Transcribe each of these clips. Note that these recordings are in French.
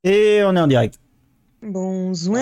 Et on est en direct. Bonsoir.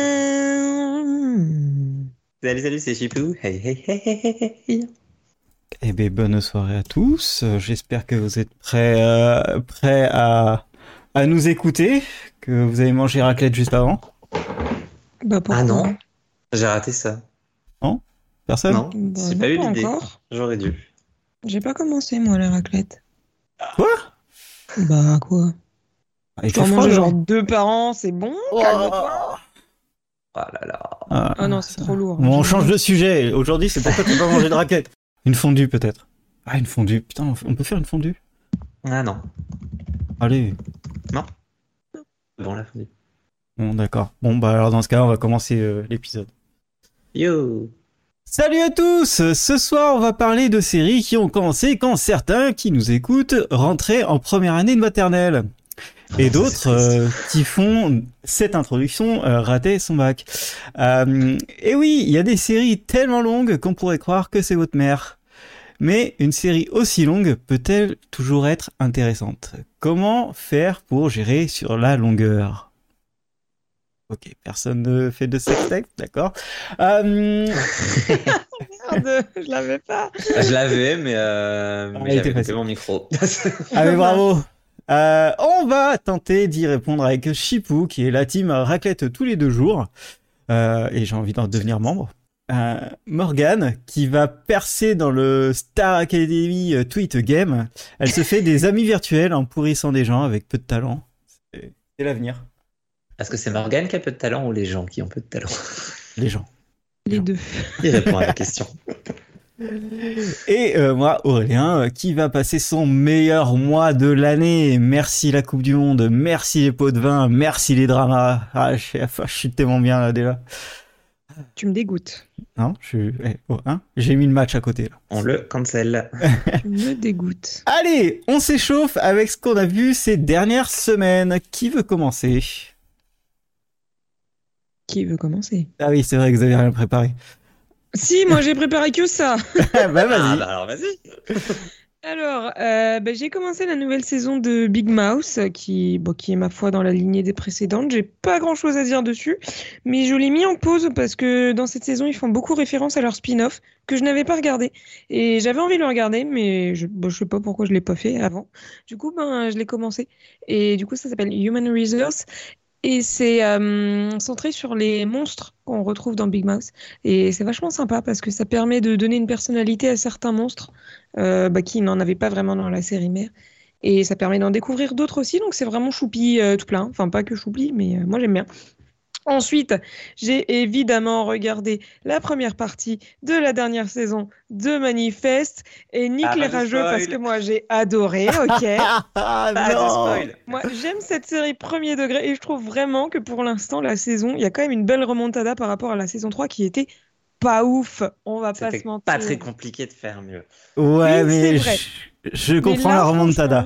Salut, c'est Chipou. Hey, hey, hey, hey, hey, hey. Eh bien, bonne soirée à tous. J'espère que vous êtes prêts à nous écouter, que vous avez mangé raclette juste avant. Bah pourquoi? Ah non, j'ai raté ça. Non? Personne? Non, Bah j'ai non, pas eu pas l'idée. encore. J'aurais dû. J'ai pas commencé moi la raclette. Quoi? Bah quoi? Il Je fait dois en froid manger genre dehors. 2 par an, c'est bon? Calme-toi. Oh là là. Ah non, c'est ça. trop lourd. Bon, on J'aime change bien. de sujet. Aujourd'hui, c'est pourquoi tu pas mangé de raclette. Une fondue, peut-être. Ah, une fondue. Putain, on peut faire une fondue? Ah non. Allez. Non. Bon, la fondue. Bon, d'accord. Bon, bah alors dans ce cas, on va commencer l'épisode. Yo. Salut à tous! Ce soir, on va parler de séries qui ont commencé quand certains qui nous écoutent rentraient en première année de maternelle. Et d'autres qui font cette introduction rataient son bac. Et oui, il y a des séries tellement longues qu'on pourrait croire que c'est votre mère. Mais une série aussi longue peut-elle toujours être intéressante? Comment faire pour gérer sur la longueur? Ok, personne ne fait de sextape, d'accord. Merde, je l'avais pas. Je l'avais, mais il j'avais était coupé facile. mon micro. Ah mais bravo. On va tenter d'y répondre avec Chipou, qui est la team raclette tous les 2 jours. Et j'ai envie d'en devenir membre. Morgane, qui va percer dans le Star Academy Tweet Game. Elle se fait des amis virtuels en pourrissant des gens avec peu de talent. C'est l'avenir. Est-ce que c'est Morgane qui a peu de talent ou les gens qui ont peu de talent? Les gens. Les deux. Il répond à la question. Et moi, Aurélien, qui va passer son meilleur mois de l'année. Merci la Coupe du Monde, merci les pots de vin, merci les dramas. Ah, je suis tellement bien là déjà. Tu me dégoûtes. Non, j'ai mis le match à côté là. On le cancel. Tu me dégoûtes. Allez, on s'échauffe avec ce qu'on a vu ces dernières semaines. Qui veut commencer? Qui veut commencer? Ah oui, c'est vrai que vous avez rien préparé. Si, moi j'ai préparé que ça. Bah vas-y. Ah bah alors vas-y. Alors, j'ai commencé la nouvelle saison de Big Mouth, qui est ma foi dans la lignée des précédentes. J'ai pas grand-chose à dire dessus, mais je l'ai mis en pause parce que dans cette saison, ils font beaucoup référence à leur spin-off que je n'avais pas regardé. Et j'avais envie de le regarder, mais je sais pas pourquoi je l'ai pas fait avant. Du coup, je l'ai commencé. Et du coup, ça s'appelle Human Resource. Et c'est centré sur les monstres qu'on retrouve dans Big Mouth. Et c'est vachement sympa parce que ça permet de donner une personnalité à certains monstres qui n'en avaient pas vraiment dans la série mère. Et ça permet d'en découvrir d'autres aussi. Donc c'est vraiment choupi tout plein. Enfin, pas que choupi, mais moi j'aime bien. Ensuite, j'ai évidemment regardé la première partie de la dernière saison de Manifeste et Nick les Pas de rageux parce spoil. que moi j'ai adoré, ok. Ah Pas de non. spoil. Moi, j'aime cette série premier degré et je trouve vraiment que pour l'instant, la saison, il y a quand même une belle remontada par rapport à la saison 3 qui était pas ouf. On va pas se C'était pas très mentir. compliqué de faire mieux. Ouais, Oui, c'est mais vrai. je Mais comprends là, la remontada.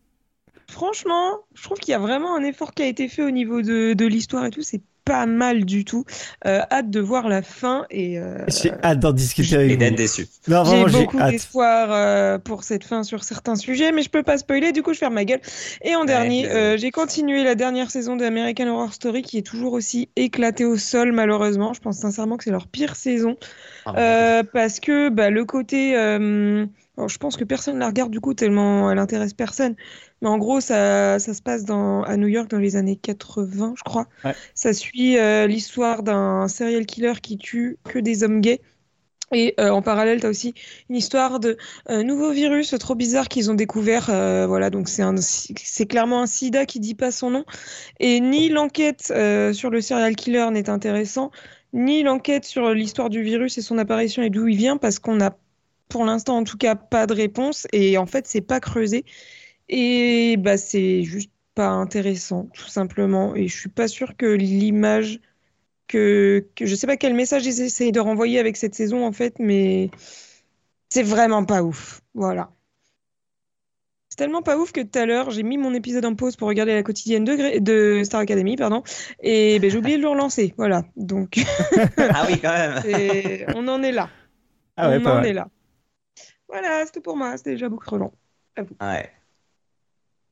franchement, je trouve qu'il y a vraiment un effort qui a été fait au niveau de l'histoire et tout. C'est pas mal du tout. Hâte de voir la fin et J'ai hâte d'en discuter avec Et d'être vous. déçu. Non, j'ai vraiment, j'ai beaucoup hâte. d'espoir pour cette fin sur certains sujets, mais je peux pas spoiler, du coup je ferme ma gueule. Et en Ouais, dernier, désolé. j'ai continué la dernière saison de American Horror Story qui est toujours aussi éclatée au sol malheureusement. Je pense sincèrement que c'est leur pire saison. Oh merde. Parce que le côté... alors, je pense que personne la regarde du coup tellement elle intéresse personne. Mais en gros, ça se passe à New York dans les années 80, je crois. Ouais. Ça suit l'histoire d'un serial killer qui tue que des hommes gays. Et en parallèle, tu as aussi une histoire de nouveau virus trop bizarre qu'ils ont découvert. Voilà, donc c'est clairement un sida qui dit pas son nom. Et ni l'enquête sur le serial killer n'est intéressant, ni l'enquête sur l'histoire du virus et son apparition et d'où il vient, parce qu'on a, pour l'instant en tout cas, pas de réponse. Et en fait, c'est pas creusé. Et c'est juste pas intéressant, tout simplement. Et je suis pas sûre que l'image que je sais pas quel message ils essayent de renvoyer avec cette saison en fait, mais c'est vraiment pas ouf. Voilà. C'est tellement pas ouf que tout à l'heure, j'ai mis mon épisode en pause pour regarder la quotidienne de Star Academy, pardon, et j'ai oublié de le relancer. Voilà. Donc, Ah oui, quand même. on en est là. Ah ouais, On pas en mal. est là. Voilà, c'était pour moi. C'était déjà beaucoup trop long. À vous. Ouais.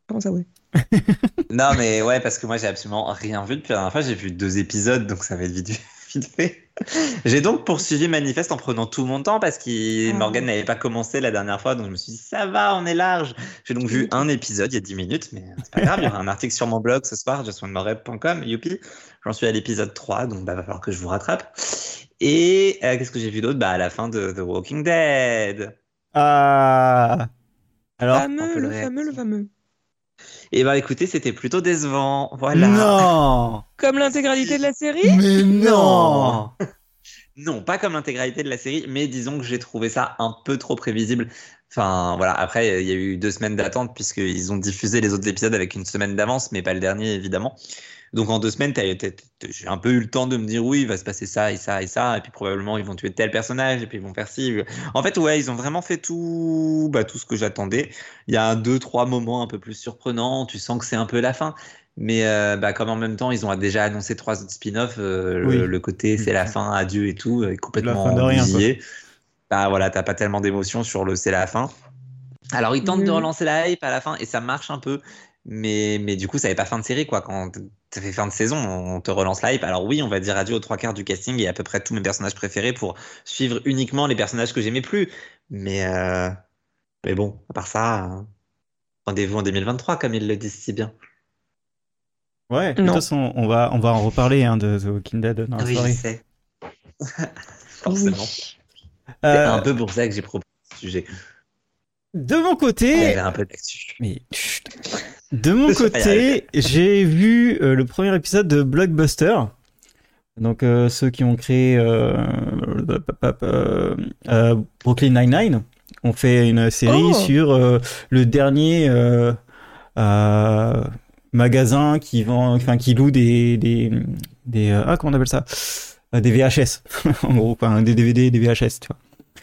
Comment ça, ouais? Non, mais ouais, parce que moi, j'ai absolument rien vu depuis la dernière fois. J'ai vu 2 épisodes, donc ça va être vite fait. J'ai donc poursuivi Manifeste en prenant tout mon temps parce que Morgane n'avait pas commencé la dernière fois, donc je me suis dit, ça va, on est large. J'ai donc vu un épisode il y a 10 minutes, mais c'est pas grave, il y aura un article sur mon blog ce soir, justswanmorep.com, youpi. J'en suis à l'épisode 3, donc va falloir que je vous rattrape. Et qu'est-ce que j'ai vu d'autre? À la fin de The Walking Dead. Ah. Alors? Le fameux. Et écoutez, c'était plutôt décevant, voilà. Non. Comme l'intégralité de la série? Mais non. Non, pas comme l'intégralité de la série, mais disons que j'ai trouvé ça un peu trop prévisible. Enfin, voilà. Après, il y a eu 2 semaines d'attente puisqu'ils ont diffusé les autres épisodes avec une semaine d'avance, mais pas le dernier, évidemment. Donc, en 2 semaines, j'ai un peu eu le temps de me dire, oui, il va se passer ça et ça et ça, et puis probablement, ils vont tuer tel personnage, et puis ils vont faire ci. En fait, ouais, ils ont vraiment fait tout ce que j'attendais. Il y a 2, 3 moments un peu plus surprenants. Tu sens que c'est un peu la fin. Mais comme en même temps, ils ont déjà annoncé 3 autres spin-offs, Oui. le côté c'est la fin, adieu et tout, est La complètement fin de rien, bousillé. Voilà, t'as pas tellement d'émotion sur le c'est la fin. Alors ils tentent de relancer la hype à la fin et ça marche un peu, mais du coup ça n'est pas fin de série quoi. Quand ça fait fin de saison, on te relance la hype. Alors oui, on va dire adieu aux 3 quarts du casting et à peu près tous mes personnages préférés pour suivre uniquement les personnages que j'aimais plus. Mais bon, à part ça, rendez-vous en 2023 comme ils le disent si bien. Ouais, de toute façon, on va en reparler de The Walking Dead dans la Oui, soirée. je sais. Forcément. Oui. C'est un peu pour ça que j'ai proposé ce sujet. De mon Il y côté, avait un peu d'actu. mais de mon côté, j'ai vu le premier épisode de Blockbuster. Donc ceux qui ont créé Brooklyn Nine-Nine ont fait une série sur le dernier magasin qui loue des comment on appelle ça, des VHS en gros, des DVD, des VHS, tu vois.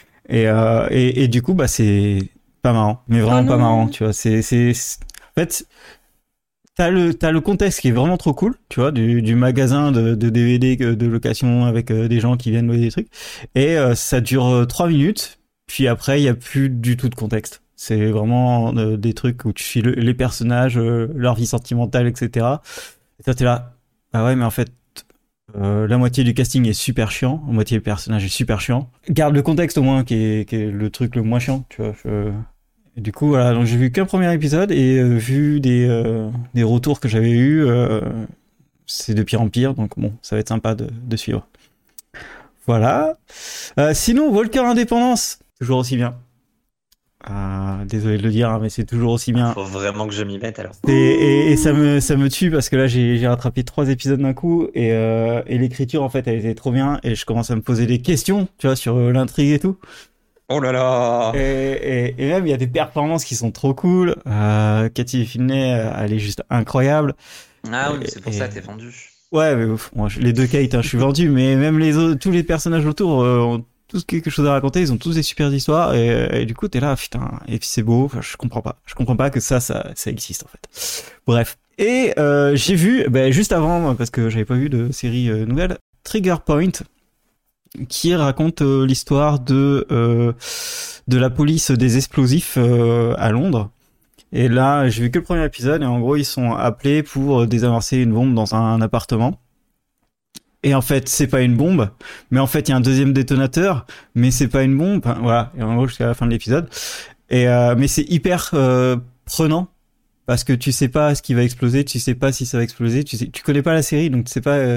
Et du coup c'est pas marrant, mais vraiment pas marrant, tu vois. C'est en fait t'as le contexte qui est vraiment trop cool, tu vois, du magasin de DVD de location avec des gens qui viennent louer des trucs, et ça dure 3 minutes, puis après il y a plus du tout de contexte. C'est vraiment des trucs où tu suis les personnages, leur vie sentimentale, etc. Et toi t'es là, ah ouais, mais en fait la moitié du casting est super chiant, la moitié du personnage est super chiant. Garde le contexte au moins qui est le truc le moins chiant, tu vois. Et du coup, voilà, donc j'ai vu qu'un premier épisode et vu des retours que j'avais eus, c'est de pire en pire, donc bon, ça va être sympa de suivre. Voilà. Sinon, Walker Indépendance, toujours aussi bien. Désolé de le dire, mais c'est toujours aussi bien. Faut vraiment que je m'y mette alors. Et ça me tue parce que là j'ai rattrapé 3 épisodes d'un coup et l'écriture en fait elle était trop bien et je commence à me poser des questions, tu vois, sur l'intrigue et tout. Oh là là. Et même il y a des performances qui sont trop cool. Cathy Finney, elle est juste incroyable. Ah oui, mais c'est pour ça que t'es vendu. Ouais, mais moi, les 2 Kate, je suis vendu, mais même les autres, tous les personnages autour ont tous quelque chose à raconter. Ils ont tous des super histoires et du coup t'es là, putain. Et puis c'est beau. Enfin, je comprends pas que ça existe en fait. Bref. Et j'ai vu, juste avant, parce que j'avais pas vu de série nouvelle, Trigger Point, qui raconte l'histoire de la police des explosifs à Londres. Et là, j'ai vu que le premier épisode et en gros, ils sont appelés pour désamorcer une bombe dans un appartement. Et en fait, c'est pas une bombe, mais en fait, il y a un deuxième détonateur, mais c'est pas une bombe. Enfin, voilà, et en gros, jusqu'à la fin de l'épisode. Et mais c'est hyper prenant parce que tu sais pas ce qui va exploser, tu sais pas si ça va exploser, tu connais pas la série, donc tu sais pas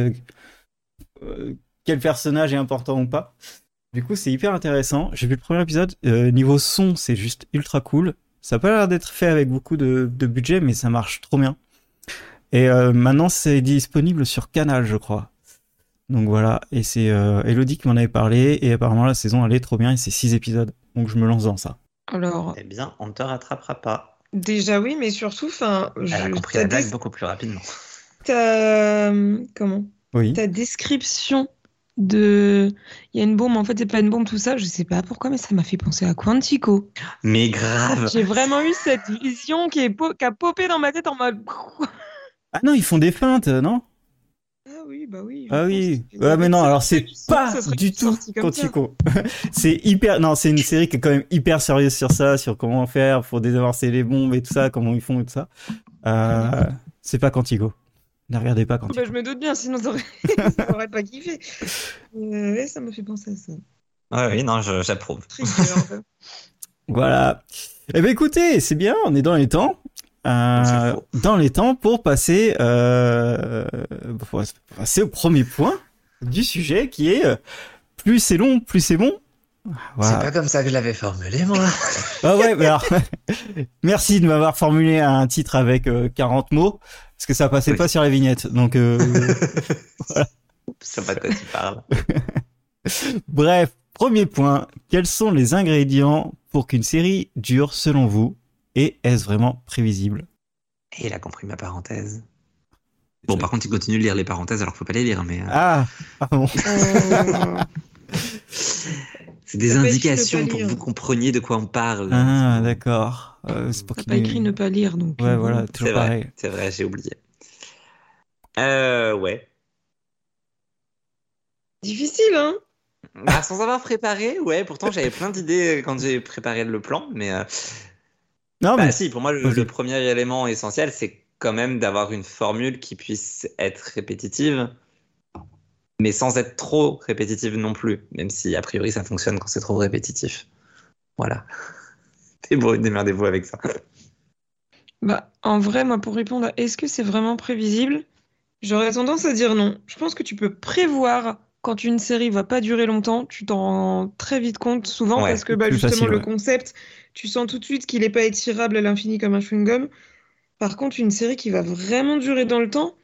quel personnage est important ou pas. Du coup, c'est hyper intéressant. J'ai vu le premier épisode. Niveau son, c'est juste ultra cool. Ça a pas l'air d'être fait avec beaucoup de budget, mais ça marche trop bien. Et maintenant, c'est disponible sur Canal, je crois. Donc voilà, et c'est Elodie qui m'en avait parlé, et apparemment la saison elle est trop bien, et c'est 6 épisodes. Donc je me lance dans ça. Alors, Eh bien, on ne te rattrapera pas. déjà oui, mais surtout, Elle a compris la blague beaucoup plus rapidement. Comment ? Oui. Ta description il y a une bombe, en fait c'est pas une bombe, tout ça, je sais pas pourquoi, mais ça m'a fait penser à Quantico. Mais grave. J'ai vraiment eu cette vision qui a popé dans ma tête en mode... Ah non, ils font des feintes, non ? Ah oui, bah oui. Ah oui. Ouais, mais non, alors c'est pas du tout Quantico. C'est une série qui est quand même hyper sérieuse sur ça, sur comment faire pour désamorcer les bombes et tout ça, comment ils font et tout ça. C'est pas Quantico. Ne regardez pas Quantico. Bah, je me doute bien, sinon ça aurait pas kiffé. Ouais, ça me fait penser à ça. Ouais, oui, non, j'approuve. Voilà. Eh ben écoutez, c'est bien, on est dans les temps. Dans les temps pour passer au premier point du sujet qui est plus c'est long, plus c'est bon. Voilà. C'est pas comme ça que je l'avais formulé, moi. Ah ouais, mais alors, merci de m'avoir formulé un titre avec 40 mots, parce que ça passait pas sur la vignette. Donc, voilà. Je sais pas de quoi tu parles. Bref, premier point. Quels sont les ingrédients pour qu'une série dure selon vous? Et est-ce vraiment prévisible? Et il a compris ma parenthèse. Bon, par contre, il continue de lire les parenthèses alors qu'il faut pas les lire, mais... bon. C'est des indications pour que vous compreniez de quoi on parle. Ah, d'accord. C'est pour t'as pas écrit ne pas lire, donc... Ouais, voilà, toujours pareil. C'est vrai, j'ai oublié. Ouais. Difficile, hein? Bah, sans avoir préparé, ouais. Pourtant, j'avais plein d'idées quand j'ai préparé le plan, mais... Non, mais... si, pour moi, le premier élément essentiel, c'est quand même d'avoir une formule qui puisse être répétitive, mais sans être trop répétitive non plus, même si, a priori, ça fonctionne quand c'est trop répétitif. Voilà. Démerdez-vous avec ça. Bah, en vrai, moi, pour répondre à est-ce que c'est vraiment prévisible, j'aurais tendance à dire non. Je pense que tu peux prévoir quand une série va pas durer longtemps, tu t'en rends très vite compte, souvent, parce que justement, facile, le concept, tu sens tout de suite qu'il n'est pas étirable à l'infini comme un chewing-gum. Par contre, une série qui va vraiment durer dans le temps,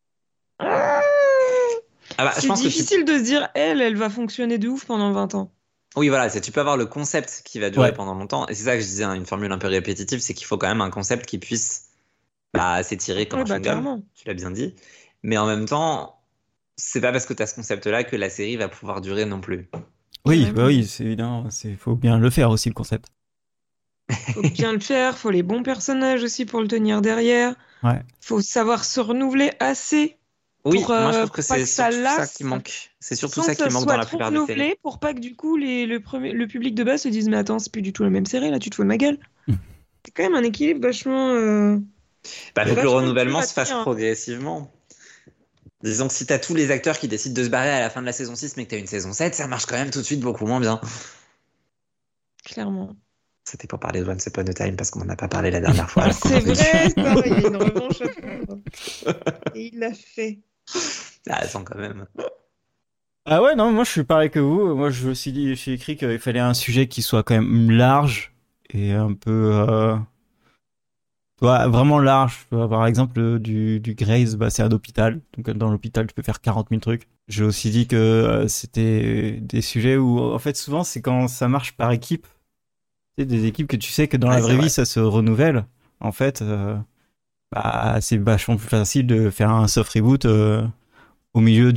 c'est difficile de se dire, elle va fonctionner de ouf pendant 20 ans. Oui, voilà, tu peux avoir le concept qui va durer pendant longtemps. Et c'est ça que je disais, une formule un peu répétitive, c'est qu'il faut quand même un concept qui puisse s'étirer comme un chewing-gum. Tu l'as bien dit. Mais en même temps, c'est pas parce que tu as ce concept-là que la série va pouvoir durer non plus. Oui, oui, c'est évident. Faut bien le faire aussi, le concept. Faut bien le faire, faut les bons personnages aussi pour le tenir derrière. Ouais. Faut savoir se renouveler assez. Oui, moi je trouve que c'est surtout ça qui manque. C'est surtout ça qui manque dans la plupart des séries. Pour pas que du coup le public de base se dise mais attends, c'est plus du tout la même série là, tu te fous de ma gueule. C'est quand même un équilibre vachement. Faut que le renouvellement se fasse progressivement. Disons que si t'as tous les acteurs qui décident de se barrer à la fin de la saison 6 mais que t'as une saison 7, ça marche quand même tout de suite beaucoup moins bien. Clairement. C'était pour parler de Once Upon a Time parce qu'on n'en a pas parlé la dernière fois. C'est vrai, ça, il y a une revanche à prendre. Et il l'a fait. Attends quand même. Ah ouais, non, moi je suis pareil que vous. Moi je me suis dit, j'ai écrit qu'il fallait un sujet qui soit quand même large et un peu... vraiment large. Par exemple, du Grey's, c'est un hôpital. Donc dans l'hôpital, tu peux faire 40 000 trucs. J'ai aussi dit que c'était des sujets où, en fait, souvent, c'est quand ça marche par équipe. C'est des équipes que tu sais que dans la vraie vie, ça se renouvelle. En fait, c'est vachement plus facile de faire un soft reboot au milieu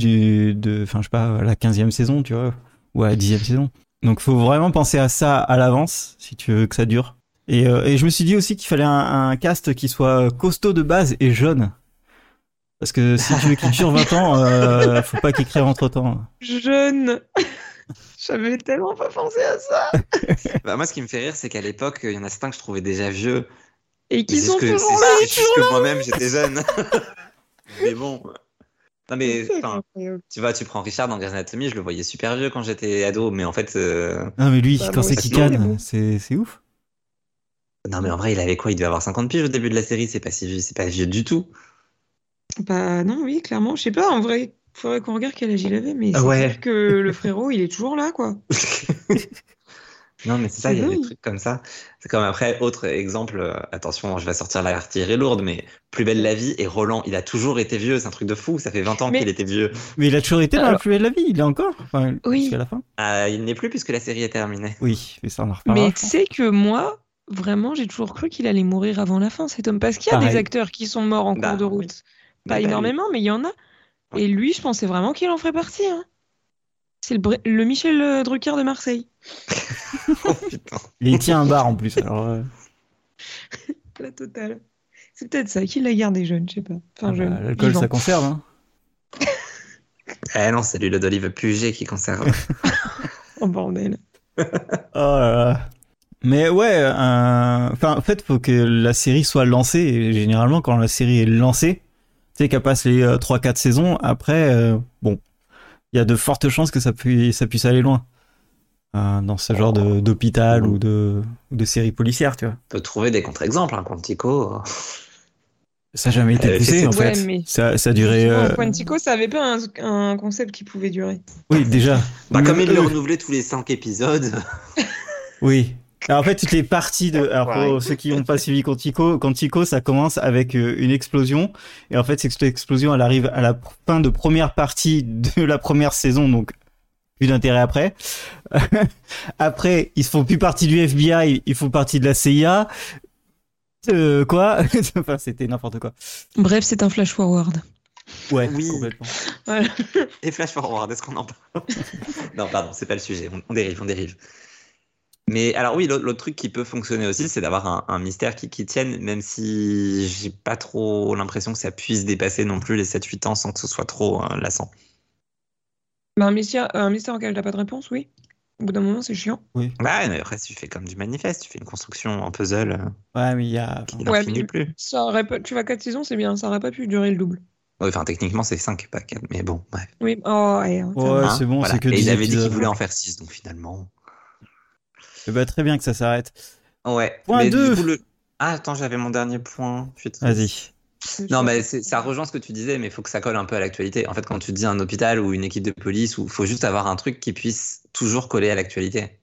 la 15e saison, tu vois, ou à la 10e saison. Donc, faut vraiment penser à ça à l'avance si tu veux que ça dure. Et je me suis dit aussi qu'il fallait un cast qui soit costaud de base et jeune. Parce que si tu veux qu'il dure 20 ans, faut pas qu'il crève entre-temps. Jeune. J'avais tellement pas pensé à ça. Moi, ce qui me fait rire, c'est qu'à l'époque, il y en a certains que je trouvais déjà vieux. Et qui sont toujours là. C'est juste que moi-même, j'étais jeune. Mais bon. Non, mais tu vois, tu prends Richard dans Grey's Anatomy, je le voyais super vieux quand j'étais ado. Mais en fait... Non, mais lui, quand c'est qu'il canne, c'est ouf. Non, mais en vrai, il avait quoi? Il devait avoir 50 piges au début de la série. C'est pas si vieux, c'est pas vieux du tout. Bah non, oui, clairement. Je sais pas, en vrai... Faudrait qu'on regarde quel âge il avait, mais c'est clair que le frérot, il est toujours là, quoi. Non, mais c'est ça, il y a des trucs comme ça. C'est comme après, autre exemple, attention, je vais sortir l'artillerie lourde, mais Plus belle la vie, et Roland, il a toujours été vieux, c'est un truc de fou, ça fait 20 ans qu'il était vieux. Mais il a toujours été dans la Plus belle la vie, il est encore jusqu'à la fin. Il n'est plus puisque la série est terminée. Oui, mais ça on en reparlera. Mais tu sais que moi, vraiment, j'ai toujours cru qu'il allait mourir avant la fin, cet homme, parce qu'il y a des acteurs qui sont morts en cours de route. Pas énormément, mais il y en a. Et lui, je pensais vraiment qu'il en ferait partie. Hein. C'est le Michel Drucker de Marseille. Oh putain. Il tient un bar en plus. Alors, La totale. C'est peut-être ça qu'il l'a gardé jeune, je sais pas. Enfin, jeune. L'alcool, ça conserve. Hein. Eh non, c'est l'huile d'olive Puget qui conserve. Oh bordel. Oh là là. Mais ouais, en fait, faut que la série soit lancée. Et généralement, quand la série est lancée, tu sais qu'elle passe les 3-4 saisons. Après, bon, il y a de fortes chances que ça puisse aller loin. Dans ce genre d'hôpital ou de série policière, tu vois. On peut trouver des contre-exemples, hein, Quantico. Ça n'a jamais été poussé, en fait. mais Ça a duré... Quantico, ça avait pas un concept qui pouvait durer. Oui, déjà. Comme il le renouvelait tous les 5 épisodes. Oui. Alors, en fait, toutes les parties de... Alors, pour ceux qui n'ont pas suivi Quantico, ça commence avec une explosion. Et en fait, cette explosion, elle arrive à la fin de première partie de la première saison, donc plus d'intérêt après. Après, ils font plus partie du FBI, ils font partie de la CIA. Quoi Enfin, c'était n'importe quoi. Bref, c'est un flash forward. Ouais, Oui. complètement. Voilà. Et Flash Forward, est-ce qu'on en parle? Non, pardon, c'est pas le sujet. On dérive. Mais alors oui, l'autre truc qui peut fonctionner aussi, c'est d'avoir un mystère qui tienne, même si j'ai pas trop l'impression que ça puisse dépasser non plus les 7-8 ans sans que ce soit trop lassant. Bah, un mystère auquel t'as pas de réponse, oui. Au bout d'un moment, c'est chiant. Oui. Bah, mais après, tu fais comme du manifeste, tu fais une construction en puzzle Ouais, mais il y a... qui n'en finit plus. Ça aurait pas... Tu vas 4 saisons, c'est bien. Ça aurait pas pu durer le double. Ouais, enfin, techniquement, c'est 5, pas 4, mais bon, bref. Oui, oh, ouais. Ouais, c'est bon, Voilà. c'est que Et 10 ils avaient dit épisodes. qu'ils voulaient en faire 6, donc finalement. Eh ben, très bien que ça s'arrête. Ouais. Point mais 2. du coup, Ah, attends, j'avais mon dernier point. Je suis triste. Vas-y. Non, mais ça rejoint ce que tu disais, mais il faut que ça colle un peu à l'actualité. En fait, quand tu dis un hôpital ou une équipe de police, il faut juste avoir un truc qui puisse toujours coller à l'actualité.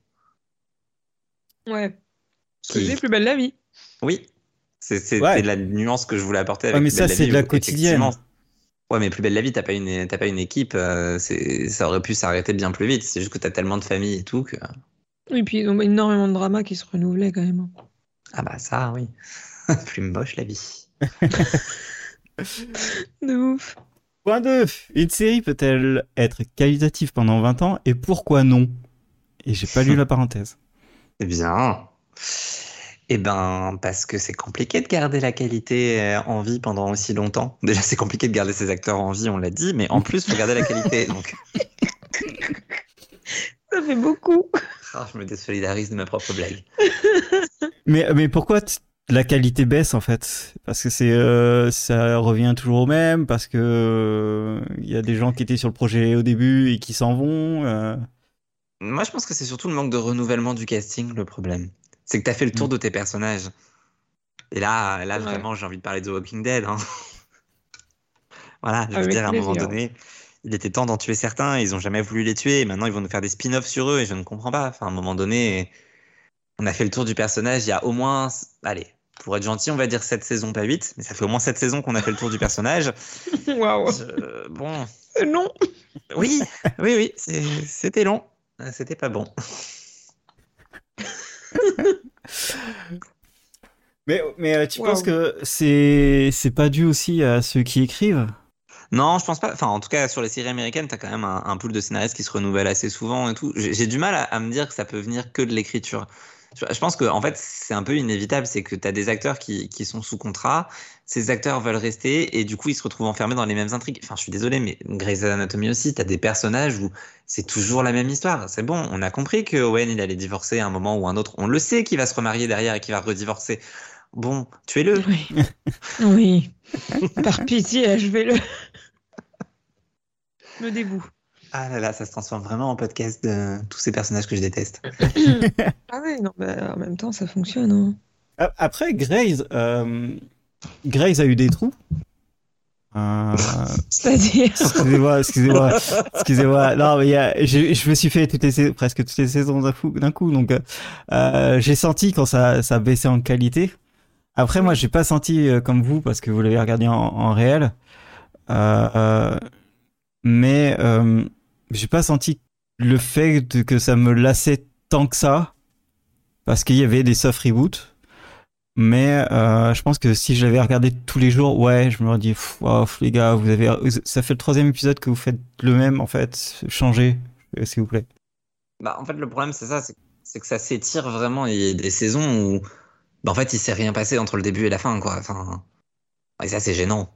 Ouais. Ce que Qui- j'ai plus belle la vie. Oui, c'était Ouais. la nuance que je voulais apporter avec Ouais, mais Plus ça, belle la c'est vie, de la où, quotidienne. effectivement- Ouais, mais Plus belle la vie, t'as pas une équipe, ça aurait pu s'arrêter bien plus vite. C'est juste que t'as tellement de familles et tout que. Et puis, ils ont énormément de dramas qui se renouvelaient quand même. Ah bah ça, oui. Plus moche la vie. De ouf. Point 2. Une série peut-elle être qualitative pendant 20 ans et pourquoi non? Et j'ai pas lu la parenthèse. Eh bien. Eh ben, parce que c'est compliqué de garder la qualité en vie pendant aussi longtemps. Déjà, c'est compliqué de garder ses acteurs en vie, on l'a dit, mais en plus, faut garder la qualité. Donc, Ça fait beaucoup. je me désolidarise de ma propre blague. Mais pourquoi la qualité baisse en fait? Parce que ça revient toujours au même, parce que il y a des gens qui étaient sur le projet au début et qui s'en vont. Moi, je pense que c'est surtout le manque de renouvellement du casting, le problème. C'est que t'as fait le tour de tes personnages. Et là Ouais. vraiment, j'ai envie de parler de The Walking Dead. Hein. Voilà, je veux Avec dire, à un moment plaisir. donné, il était temps d'en tuer certains. Ils ont jamais voulu les tuer. Et maintenant, ils vont nous faire des spin-offs sur eux. Et je ne comprends pas. Enfin, à un moment donné, on a fait le tour du personnage. Il y a au moins, allez, pour être gentil, on va dire 7 saisons, pas 8. Mais ça fait au moins 7 saisons qu'on a fait le tour du personnage. Waouh. Bon, Non. oui, c'était long. C'était pas bon. Mais tu Wow. penses que c'est pas dû aussi à ceux qui écrivent? Non, je pense pas. Enfin, en tout cas, sur les séries américaines, t'as quand même un pool de scénaristes qui se renouvellent assez souvent et tout. J'ai du mal à me dire que ça peut venir que de l'écriture. Je pense que, en fait, c'est un peu inévitable. C'est que t'as des acteurs qui sont sous contrat. Ces acteurs veulent rester et du coup, ils se retrouvent enfermés dans les mêmes intrigues. Enfin, je suis désolé, mais Grey's Anatomy aussi, t'as des personnages où c'est toujours la même histoire. C'est bon, on a compris que Owen, il allait divorcer à un moment ou un autre. On le sait qu'il va se remarier derrière et qu'il va redivorcer. Bon, tuez-le. Oui. Oui. Par pitié, achevez-le. Me dévoue. Ah là là, ça se transforme vraiment en podcast de tous ces personnages que je déteste. Ah oui, non, en même temps, ça fonctionne. Hein. Après, Grey's a eu des trous. C'est-à-dire. Excusez-moi. Non, mais je me suis fait presque toutes les saisons d'un coup, donc j'ai senti quand ça baissait en qualité. Après, moi, j'ai pas senti comme vous parce que vous l'avez regardé en réel, mais j'ai pas senti le fait que ça me lassait tant que ça parce qu'il y avait des soft reboots. Mais je pense que si je l'avais regardé tous les jours, ouais, je me dis, les gars, ça fait le 3e épisode que vous faites le même, en fait, changez, s'il vous plaît. Bah, en fait, le problème, c'est ça, c'est que ça s'étire vraiment. Il y a des saisons où, bah, en fait, il s'est rien passé entre le début et la fin, quoi. Enfin, et ça, c'est gênant.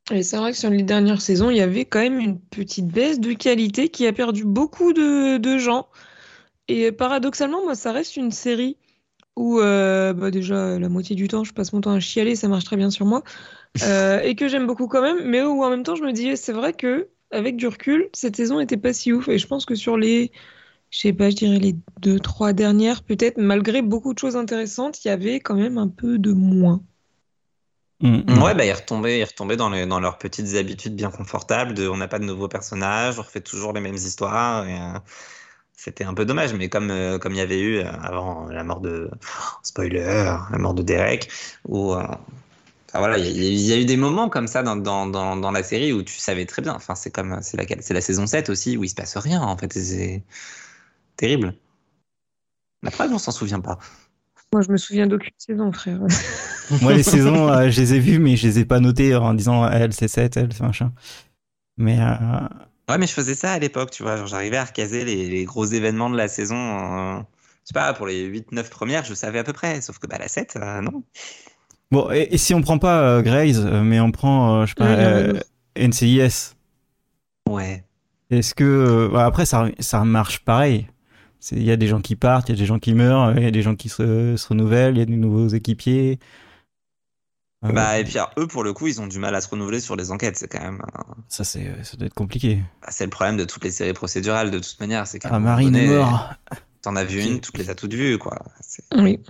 Et c'est vrai que sur les dernières saisons, il y avait quand même une petite baisse de qualité qui a perdu beaucoup de gens. Et paradoxalement, moi, ça reste une série où déjà la moitié du temps, je passe mon temps à chialer, ça marche très bien sur moi, et que j'aime beaucoup quand même, mais où en même temps, je me dis, c'est vrai que avec du recul, cette saison était pas si ouf. Et je pense que sur les, je sais pas, je dirais les deux, trois dernières, peut-être, malgré beaucoup de choses intéressantes, il y avait quand même un peu de moins. Ouais, bah, ils retombaient dans leurs petites habitudes bien confortables on n'a pas de nouveaux personnages, on refait toujours les mêmes histoires. C'était un peu dommage, mais comme il y avait eu avant la mort de spoiler, la mort de Derek, où enfin, voilà, il y a eu des moments comme ça dans la série où tu savais très bien. Enfin, c'est la saison 7 aussi où il se passe rien en fait. C'est terrible. La preuve, on s'en souvient pas. Moi, je me souviens d'aucune saison, frère. Moi, les saisons, je les ai vues, mais je les ai pas notées en disant elle, c'est 7, elle, c'est machin. Mais Ouais, mais je faisais ça à l'époque, tu vois. Genre, j'arrivais à recaser les gros événements de la saison. Je sais pas, pour les 8-9 premières, je savais à peu près. Sauf que bah, la 7, non. bon, et si on prend pas Grey's, mais on prend, je sais pas, Ouais, il y en a d'autres. NCIS, Ouais. est-ce que après ça marche pareil? Il y a des gens qui partent, il y a des gens qui meurent, il y a des gens qui se renouvellent, il y a des nouveaux équipiers. Bah, et puis alors, eux, pour le coup, ils ont du mal à se renouveler sur les enquêtes. C'est quand même. Ça doit être compliqué. Bah, c'est le problème de toutes les séries procédurales, de toute manière. C'est qu'à un Ah, moment Marine est donné, mort. t'en as vu une, tu les as toutes vues, quoi. Oui.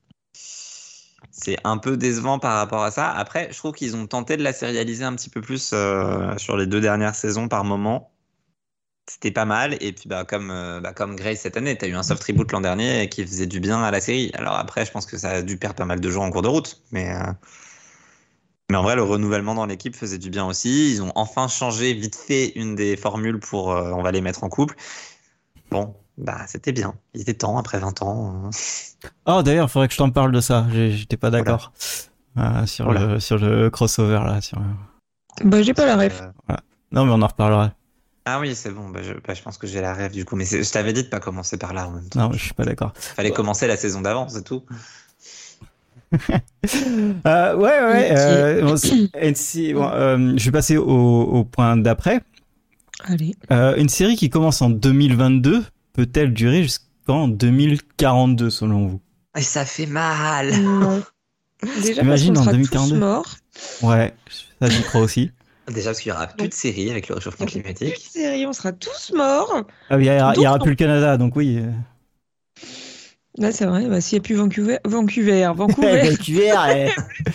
C'est un peu décevant par rapport à ça. Après, je trouve qu'ils ont tenté de la sérialiser un petit peu plus sur les 2 dernières saisons par moment. C'était pas mal. Et puis, comme Grey's cette année, t'as eu un soft reboot l'an dernier qui faisait du bien à la série. Alors après, je pense que ça a dû perdre pas mal de gens en cours de route. Mais en vrai, le renouvellement dans l'équipe faisait du bien aussi. Ils ont enfin changé vite fait une des formules pour on va les mettre en couple. Bon, bah c'était bien. Il était temps après 20 ans. Oh, d'ailleurs, il faudrait que je t'en parle de ça. J'étais pas d'accord sur Voilà. sur le crossover là. Bah, j'ai pas la ref. Voilà. Non, mais on en reparlera. Ah oui, c'est bon. Je pense que j'ai la rêve du coup. Mais je t'avais dit de pas commencer par là en même temps. Non, je suis pas d'accord. Fallait commencer la saison d'avant, c'est tout. Ouais. Ok. Je vais passer au point d'après. Allez. Une série qui commence en 2022 peut-elle durer jusqu'en 2042 selon vous? Et ça fait mal. Non. Déjà parce Imagine qu'on en sera 2042. tous morts. Ouais, ça j'y crois aussi. Déjà parce qu'il y aura plus de séries avec le réchauffement Plus de climatique. séries, on sera tous morts. Ah, il y aura Donc, plus le Canada, donc oui. là, c'est vrai. Bah, s'il n'y a plus Vancouver. Vancouver. Vancouver,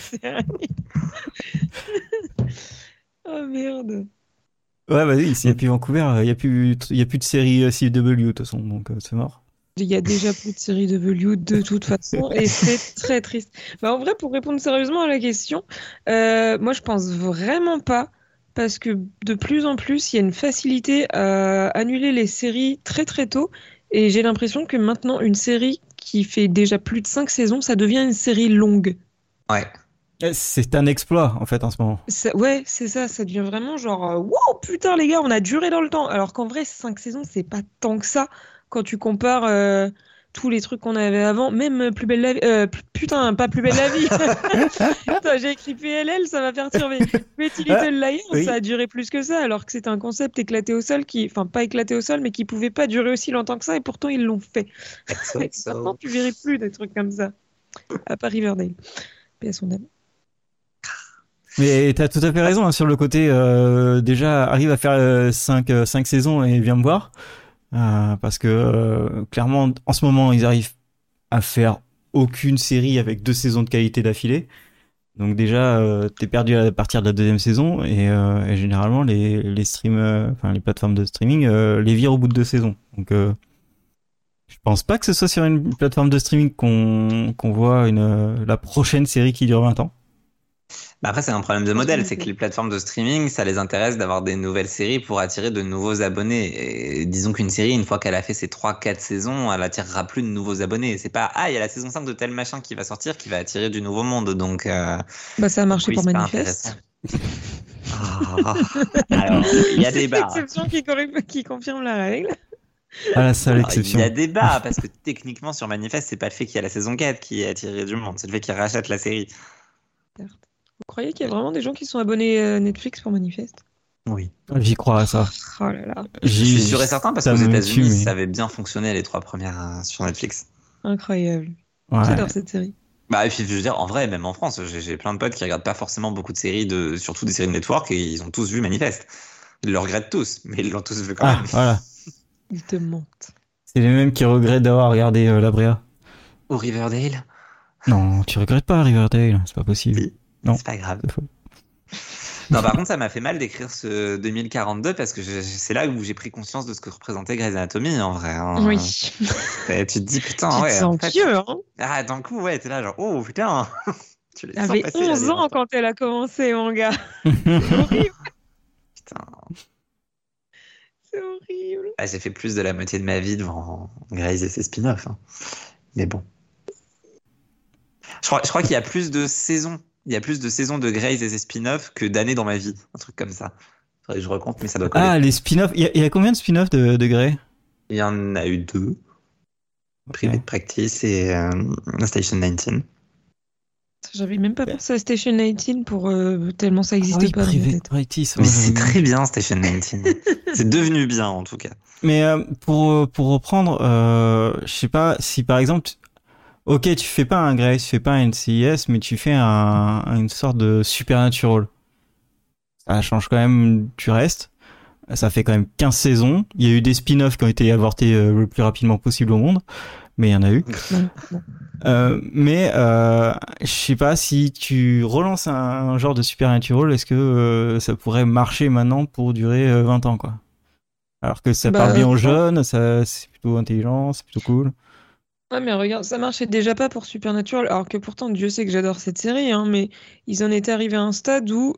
Oh merde. Ouais, vas-y, s'il n'y a plus Vancouver, il y a plus de série CW de toute façon, donc c'est mort. Il y a déjà plus de séries de Hollywood de toute façon et c'est très triste. Bah, en vrai, pour répondre sérieusement à la question, moi je pense vraiment pas parce que de plus en plus il y a une facilité à annuler les séries très très tôt et j'ai l'impression que maintenant une série qui fait déjà plus de 5 saisons, ça devient une série longue. Ouais. C'est un exploit en fait en ce moment. Ouais, c'est ça, ça devient vraiment genre wow, putain les gars, on a duré dans le temps. Alors qu'en vrai, 5 saisons, c'est pas tant que ça quand tu compares tous les trucs qu'on avait avant, même Plus belle la vie. Putain, pas Plus belle la vie. Putain, j'ai écrit PLL, ça m'a perturbé. Pretty Little Liars, Oui. ça a duré plus que ça, alors que c'était un concept éclaté au sol enfin pas éclaté au sol, mais qui pouvait pas durer aussi longtemps que ça, et pourtant ils l'ont fait. Maintenant, tu verrais plus des trucs comme ça. À part Riverdale. Paix à son âme. Mais t'as tout à fait raison hein, sur le côté déjà arrive à faire 5 saisons et viens me voir parce que clairement en ce moment ils arrivent à faire aucune série avec 2 saisons de qualité d'affilée. Donc déjà t'es perdu à partir de la 2e saison et généralement les enfin les plateformes de streaming les virent au bout de 2 saisons. Donc je pense pas que ce soit sur une plateforme de streaming qu'on voit la prochaine série qui dure 20 ans. Bah après, c'est un problème de modèle, c'est que les plateformes de streaming, ça les intéresse d'avoir des nouvelles séries pour attirer de nouveaux abonnés. Et disons qu'une série, une fois qu'elle a fait ses 3-4 saisons, elle attirera plus de nouveaux abonnés. C'est pas, il y a la saison 5 de tel machin qui va sortir, qui va attirer du nouveau monde. Donc, Bah, ça a marché oui, pour c'est pas Manifeste. Alors, il y a débat. C'est l'exception qui confirme la règle. Ah la seule Alors, exception. il y a débat, parce que techniquement, sur Manifeste, c'est pas le fait qu'il y a la saison 4 qui a attiré du monde, c'est le fait qu'ils rachètent la série. Certes. Vous croyez qu'il y a vraiment des gens qui sont abonnés Netflix pour Manifest? Oui. J'y crois à ça. Oh là là, Je suis sûr et certain parce ça qu'aux me États-Unis, tue, mais- ça avait bien fonctionné les 3 premières sur Netflix. incroyable. Ouais. J'adore cette série. Bah, et puis, je veux dire, en vrai, même en France, j'ai plein de potes qui regardent pas forcément beaucoup de séries, surtout des séries de network, et ils ont tous vu Manifest. Ils le regrettent tous, mais ils l'ont tous vu quand Ah, même. voilà. Ils te mentent. C'est les mêmes qui regrettent d'avoir regardé La Brea. Ou Riverdale, Non, tu regrettes pas Riverdale, c'est pas possible. si. Non. C'est pas grave. C'est faux. Non, par contre, ça m'a fait mal d'écrire ce 2042 parce que c'est là où j'ai pris conscience de ce que représentait Grey's Anatomy, en vrai. Hein. Oui. Et tu te dis, putain, Tu te ouais. sens en fait- vieux, hein. Ah, d'un coup, ouais, t'es là, genre, oh, putain. Tu les sens T'avais passer, là, 11 les ans 20. quand elle a commencé, mon gars. C'est horrible. Putain. C'est horrible. Ah, j'ai fait plus de la moitié de ma vie devant Grey's et ses spin-offs. Hein. Mais bon. Je crois qu'il y a plus de saisons. Il y a plus de saisons de Grey's et ses spin-offs que d'années dans ma vie. Un truc comme ça. Faudrait que je recompte, mais ça doit coller. Ah, les spin-offs. Il y a combien de spin-offs de Grey? Il y en a eu 2. Private Practice et Station 19. J'avais même pas pensé à Station 19 pour tellement ça Ah n'existe oui, pas dans ma Private tête. Practice. Mais ouais, c'est j'avais- très bien, Station 19. C'est devenu bien, en tout cas. Mais pour reprendre, je sais pas si par exemple, ok, tu fais pas un Grey, tu fais pas un NCIS, mais tu fais une sorte de Supernatural. Ça change quand même du reste. Ça fait quand même 15 saisons. Il y a eu des spin-offs qui ont été avortés le plus rapidement possible au monde, mais il y en a eu. Non, non. Mais je sais pas si tu relances un genre de Supernatural, est-ce que ça pourrait marcher maintenant pour durer 20 ans, quoi. Alors que ça Bah, parle bien aux non. jeunes, ça c'est plutôt intelligent, c'est plutôt cool. Ouais, mais regarde, ça marchait déjà pas pour Supernatural, alors que pourtant, Dieu sait que j'adore cette série, hein, mais ils en étaient arrivés à un stade où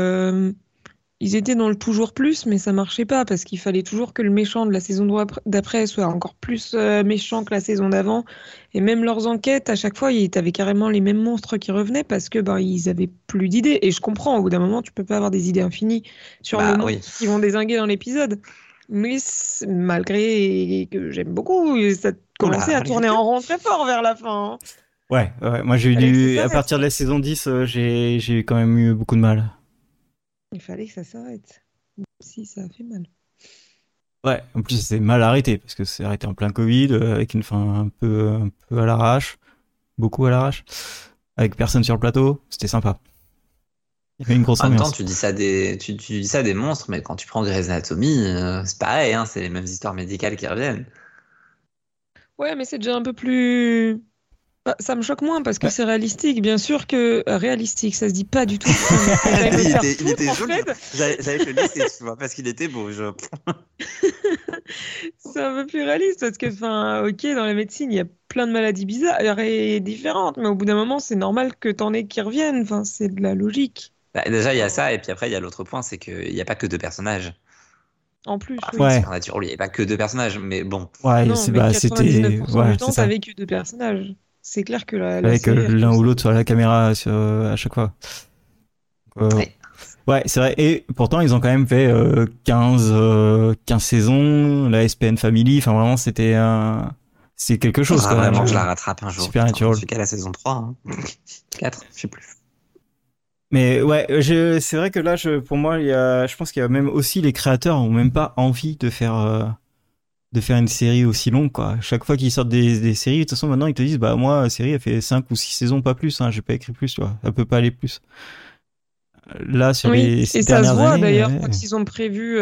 ils étaient dans le toujours plus, mais ça marchait pas, parce qu'il fallait toujours que le méchant de la saison d'après soit encore plus méchant que la saison d'avant. Et même leurs enquêtes, à chaque fois, t'avais carrément les mêmes monstres qui revenaient, parce que ben, ils avaient plus d'idées. Et je comprends, au bout d'un moment, tu peux pas avoir des idées infinies sur Bah, le oui. monstre qui vont dézinguer dans l'épisode. Mais malgré que j'aime beaucoup, ça commençait à allez, tourner en rond très fort vers la fin. Hein. Ouais, moi j'ai eu Fallait que ça à s'arrête. partir de la saison 10, j'ai quand même eu beaucoup de mal. Il fallait que ça s'arrête. Si, ça a fait mal. Ouais, en plus c'est mal arrêté parce que c'est arrêté en plein Covid avec une fin un peu à l'arrache, beaucoup à l'arrache, avec personne sur le plateau, c'était sympa. Il y avait une grosse En même temps, ambiance. tu dis ça tu dis ça des monstres, mais quand tu prends Grey's Anatomy, c'est pareil, hein, c'est les mêmes histoires médicales qui reviennent. Ouais, mais c'est déjà un peu plus. Bah, ça me choque moins parce que Ouais. c'est réalistique. Bien sûr que réalistique, ça se dit pas du tout. J'allais me faire il était foutre, en joli. fait. J'allais te le laisser, tu vois, parce qu'il était beau. C'est un peu plus réaliste parce que, enfin, ok, dans la médecine, il y a plein de maladies bizarres et différentes, mais au bout d'un moment, c'est normal que t'en aies qui reviennent. Enfin, c'est de la logique. Bah, déjà, il y a ça, et puis après, il y a l'autre point, c'est qu'il n'y a pas que 2 personnages. En plus, Ah, oui. Ouais. Supernatural, il n'y a pas que 2 personnages, mais bon. Ouais, Non, c'est mais bah 99% c'était ouais, du temps, c'est ça. t'avais que 2 personnages. C'est clair que la Avec série, elle l'un pousse. ou l'autre sur la caméra à chaque fois. Ouais. Ouais, c'est vrai. Et pourtant, ils ont quand même fait 15 saisons, la SPN Family. Enfin, vraiment, c'est quelque chose. Faudra Quand même. vraiment que je la rattrape un jour. Supernatural. Je suis qu'à la saison 3. Hein. 4, je sais plus. Mais ouais, c'est vrai que là, pour moi, je pense qu'il y a même aussi les créateurs ont même pas envie de faire une série aussi longue, quoi. Chaque fois qu'ils sortent des séries, de toute façon, maintenant, ils te disent, bah, moi, la série, elle fait 5 ou 6 saisons, pas plus, hein. J'ai pas écrit plus, tu vois. Elle peut pas aller plus. Là, sur Oui, ces et ça se dernières voit années, d'ailleurs ouais. quand ils ont prévu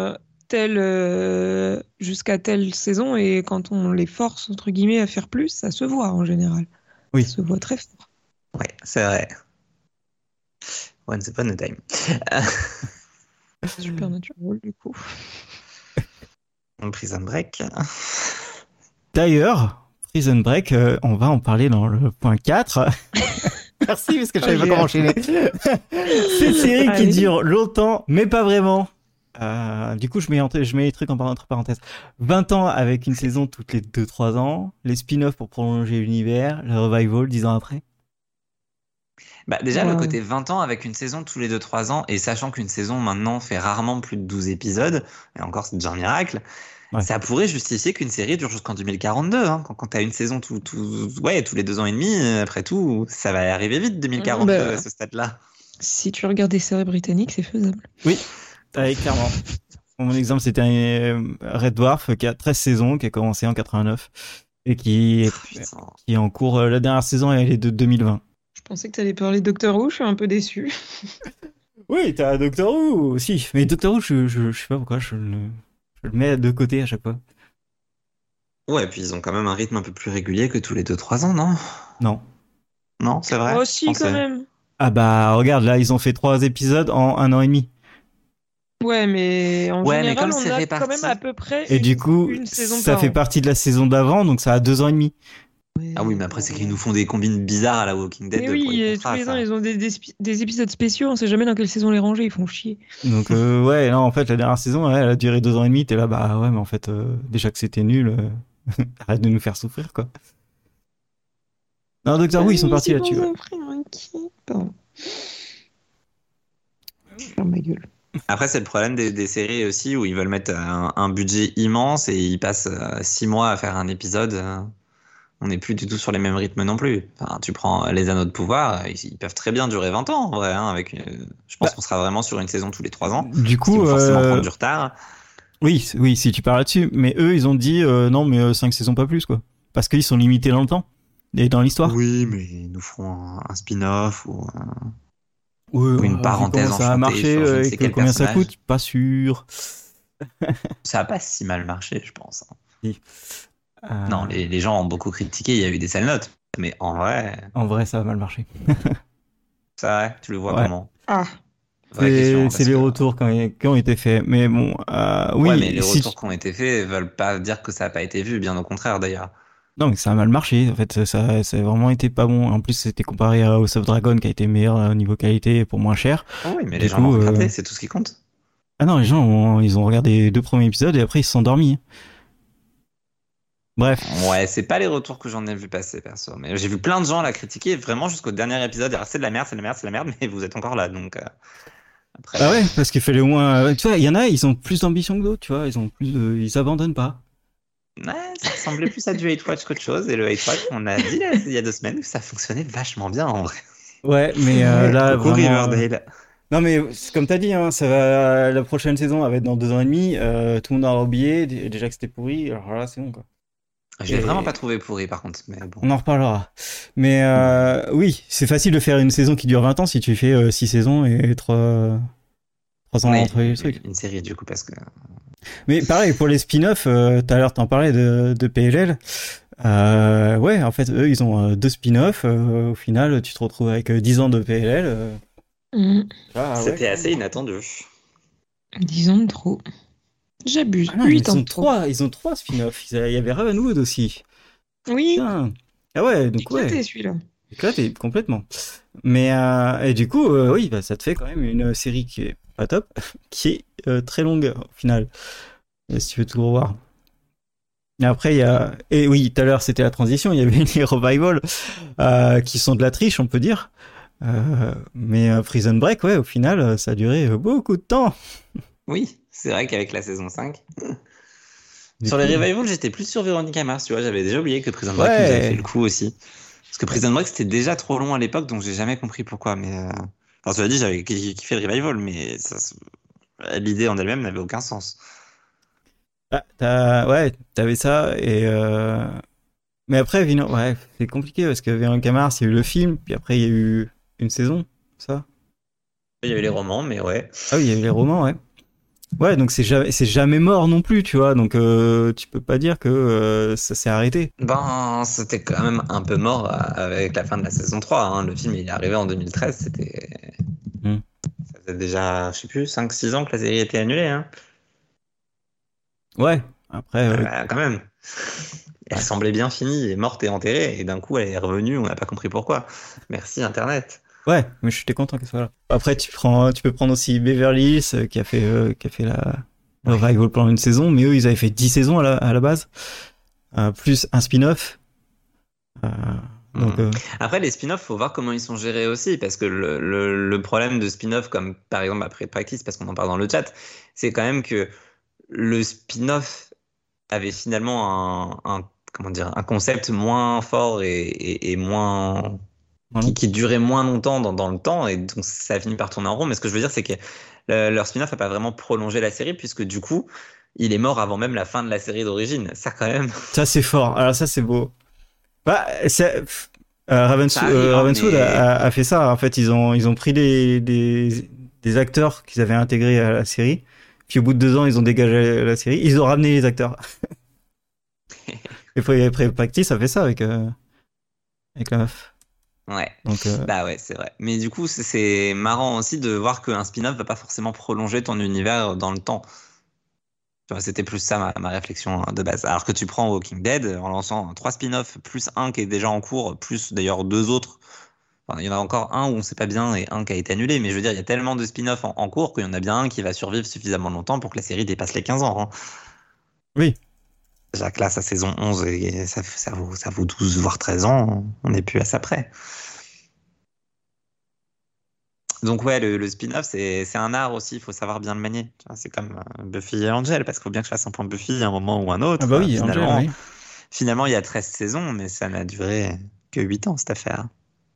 jusqu'à telle saison et quand on les force entre guillemets à faire plus, ça se voit en général. Oui. Ça se voit très fort. Ouais, c'est vrai. Once upon a time. Supernatural du coup. Prison Break. D'ailleurs, Prison Break, on va en parler dans le point 4. Merci, parce que je savais pas comment enchaîner. Cette série qui Allez. dure longtemps, mais pas vraiment. Du coup, je mets les trucs entre parenthèses. 20 ans avec une saison toutes les 2-3 ans. Les spin-offs pour prolonger l'univers. Le revival 10 ans après. Bah, déjà, Wow. le côté 20 ans avec une saison tous les 2-3 ans, et sachant qu'une saison maintenant fait rarement plus de 12 épisodes, et encore c'est déjà un miracle, Ouais. ça pourrait justifier qu'une série dure jusqu'en 2042. Hein. Quand t'as une saison tous les 2 ans et demi, après tout, ça va arriver vite 2042 Bah. à ce stade-là. Si tu regardes des séries britanniques, c'est faisable. Oui, clairement. Mon exemple, c'était Red Dwarf qui a 13 saisons, qui a commencé en 89 et qui est en cours. La dernière saison, elle est de 2020. Je pensais que tu allais parler de Doctor Who, je suis un peu déçu. Oui, t'as Doctor Who aussi. Mais Doctor Who, je sais pas pourquoi, je le mets de côté à chaque fois. Ouais, et puis ils ont quand même un rythme un peu plus régulier que tous les 2-3 ans, non? Non. Non, c'est vrai? Oh, si, quand même. Ah bah, regarde, là, ils ont fait 3 épisodes en 1 an et demi. Ouais, mais en Ouais, mais général, comme on c'est a réparti. quand même à peu près Et du coup, une saison ça par fait an. partie de la saison d'avant, donc ça a 2 ans et demi. Ah oui, mais après, c'est qu'ils nous font des combines bizarres à la Walking Dead Mais pour oui, les tous contrats, les ans, ça. ils ont des épisodes spéciaux, on sait jamais dans quelle saison les ranger, ils font chier. Donc, ouais, non, en fait, la dernière saison, ouais, elle a duré 2 ans et demi. T'es là, bah ouais, mais en fait, déjà que c'était nul, arrête de nous faire souffrir, quoi. Non, Doctor Who, ils sont partis là-dessus. Ouais. Pardon. Je ferme ma gueule. Après, c'est le problème des séries aussi où ils veulent mettre un budget immense et ils passent 6 mois à faire un épisode. On n'est plus du tout sur les mêmes rythmes non plus. Enfin, tu prends les Anneaux de pouvoir, ils peuvent très bien durer 20 ans en vrai. Hein, je pense Bah, qu'on sera vraiment sur une saison tous les 3 ans. Du Parce qu'ils coup, vont forcément prendre du retard. oui, oui, si tu parles là-dessus. Mais eux, ils ont dit non, mais 5 saisons pas plus, quoi. Parce qu'ils sont limités dans le temps et dans l'histoire. Oui, mais ils nous feront un spin-off Ouais, ou une vu parenthèse comment ça a enchantée marché sur je ne et sais que quel combien ça personnage. coûte, pas sûr. Ça n'a pas si mal marché, je pense. Si. Non, les gens ont beaucoup critiqué, il y a eu des sales notes. Mais En vrai, ça a mal marché. ça, ouais, tu le vois Ouais. comment? Ah, Vraie question, C'est parce les que... retours qui ont été faits. Mais bon, oui, Ouais, mais les si retours qui ont été faits veulent pas dire que ça n'a pas été vu, bien au contraire d'ailleurs. non, mais ça a mal marché. En fait, ça a vraiment été pas bon. En plus, c'était comparé à House of Dragon qui a été meilleur au niveau qualité pour moins cher. Oh oui, mais Du les gens coup, l'ont regardé, c'est tout ce qui compte. ah non, les gens, ils ont regardé les 2 premiers épisodes et après ils se sont endormis. Bref. Ouais, c'est pas les retours que j'en ai vu passer, perso. Mais j'ai vu plein de gens la critiquer vraiment jusqu'au dernier épisode. Dire, c'est de la merde, c'est de la merde, c'est de la merde, mais vous êtes encore là, donc après Bah bon. ouais, parce qu'il fallait au moins. Tu vois, il y en a, ils ont plus d'ambition que d'autres, tu vois. Ils ont plus, ils abandonnent pas. Ouais, ça ressemblait plus à du hate watch qu'autre chose. Et le hate watch, on a dit là, il y a 2 semaines que ça fonctionnait vachement bien en vrai. Ouais, mais Ouais. là Coucou vraiment. Riverdale. Non mais c'est comme t'as dit, hein, ça va. La prochaine saison, elle va être dans 2 ans et demi. Tout le monde aura oublié déjà que c'était pourri. Alors là, c'est bon quoi. Je l'ai Et vraiment pas trouvé pourri par contre, mais bon. on en reparlera. Mais oui, c'est facile de faire une saison qui dure 20 ans si tu fais 6 saisons et 3 ans Oui, entre les trucs. une série du coup parce que. Mais pareil, pour les spin-offs, tout à l'heure t'en parlais de PLL. Ouais, en fait, eux, ils ont 2 spin-offs. Au final, tu te retrouves avec 10 ans de PLL. Ah, ouais. C'était assez inattendu. Disons de trop. J'abuse. Ah non, mais 8 ans de trop. ils ont 3 spin-offs. Il y avait Ravenwood aussi. Oui, Putain. Ah ouais, donc éclaté ouais. celui-là. Éclaté, complètement. Mais, et du coup, oui, bah, ça te fait quand même une série qui est pas top, qui est très longue au final. Et si tu veux tout revoir. Et après, il y a. Et oui, tout à l'heure, c'était la transition. Il y avait les revivals qui sont de la triche, on peut dire. Mais Prison Break, ouais, au final, ça a duré beaucoup de temps. Oui, c'est vrai qu'avec la saison 5. Du Sur coup, les revivals, j'étais plus sur Veronica Mars, tu vois, j'avais déjà oublié que Prison Break nous avait fait le coup aussi. Parce que Prison Break, c'était déjà trop long à l'époque, donc j'ai jamais compris pourquoi. Mais enfin, cela dit, j'avais kiffé le revival, mais l'idée en elle-même n'avait aucun sens. ouais, t'avais ça. Mais après, ouais, c'est compliqué parce que Veronica Mars, il y a eu le film, puis après, il y a eu une saison, ça. Il y avait les romans, mais ouais. Ah oui, il y a eu les romans, ouais. Ouais, donc c'est jamais mort non plus, tu vois. Donc tu peux pas dire que ça s'est arrêté. Ben, c'était quand même un peu mort avec la fin de la saison 3. Hein. Le film, il est arrivé en 2013, c'était... Hmm. Ça faisait déjà, je sais plus, 5-6 ans que la série était annulée. Hein. Ouais, après. Quand même. Elle semblait bien finie, elle est morte et enterrée, et d'un coup, elle est revenue, on n'a pas compris pourquoi. Merci, Internet. Ouais, mais j'étais content qu'elle soit là. Après, tu peux prendre aussi Beverly Hills qui a fait la revival pendant une saison, mais eux, ils avaient fait 10 saisons à la base, plus un spin-off. Donc, Après, les spin-offs, faut voir comment ils sont gérés aussi, parce que le problème de spin-off, comme par exemple après Practice, parce qu'on en parle dans le chat, c'est quand même que le spin-off avait finalement comment dire, un concept moins fort et moins qui durait moins longtemps dans le temps, et donc ça a fini par tourner en rond. Mais ce que je veux dire, c'est que leur spin-off n'a pas vraiment prolongé la série, puisque du coup, il est mort avant même la fin de la série d'origine. Ça, quand même. Ça, c'est fort. Alors, ça, c'est beau. Bah, Ça arrive, Ravenswood mais- a fait ça. En fait, ils ont pris des acteurs qu'ils avaient intégrés à la série. Puis au bout de 2 ans, ils ont dégagé la série. Ils ont ramené les acteurs. Et puis après Practice a fait ça avec la meuf. Ouais. Donc, Bah ouais, c'est vrai. Mais du coup, c'est marrant aussi de voir qu'un spin-off va pas forcément prolonger ton univers dans le temps. Tu vois, c'était plus ça ma réflexion de base. Alors que tu prends Walking Dead en lançant 3 spin-offs, plus un qui est déjà en cours, plus d'ailleurs 2 autres. Enfin, il y en a encore un où on sait pas bien et un qui a été annulé. Mais je veux dire, il y a tellement de spin-offs en cours qu'il y en a bien un qui va survivre suffisamment longtemps pour que la série dépasse les 15 ans. Hein. oui. Déjà que là, sa saison 11, et ça vaut 12 voire 13 ans. On n'est plus à ça près. Donc ouais, le spin-off, c'est un art aussi, il faut savoir bien le manier. Tu vois, c'est comme Buffy et Angel, parce qu'il faut bien que je fasse un point Buffy à un moment ou un autre. Ah bah oui, finalement, Angel, oui. finalement, il y a 13 saisons, mais ça n'a duré que 8 ans, cette affaire.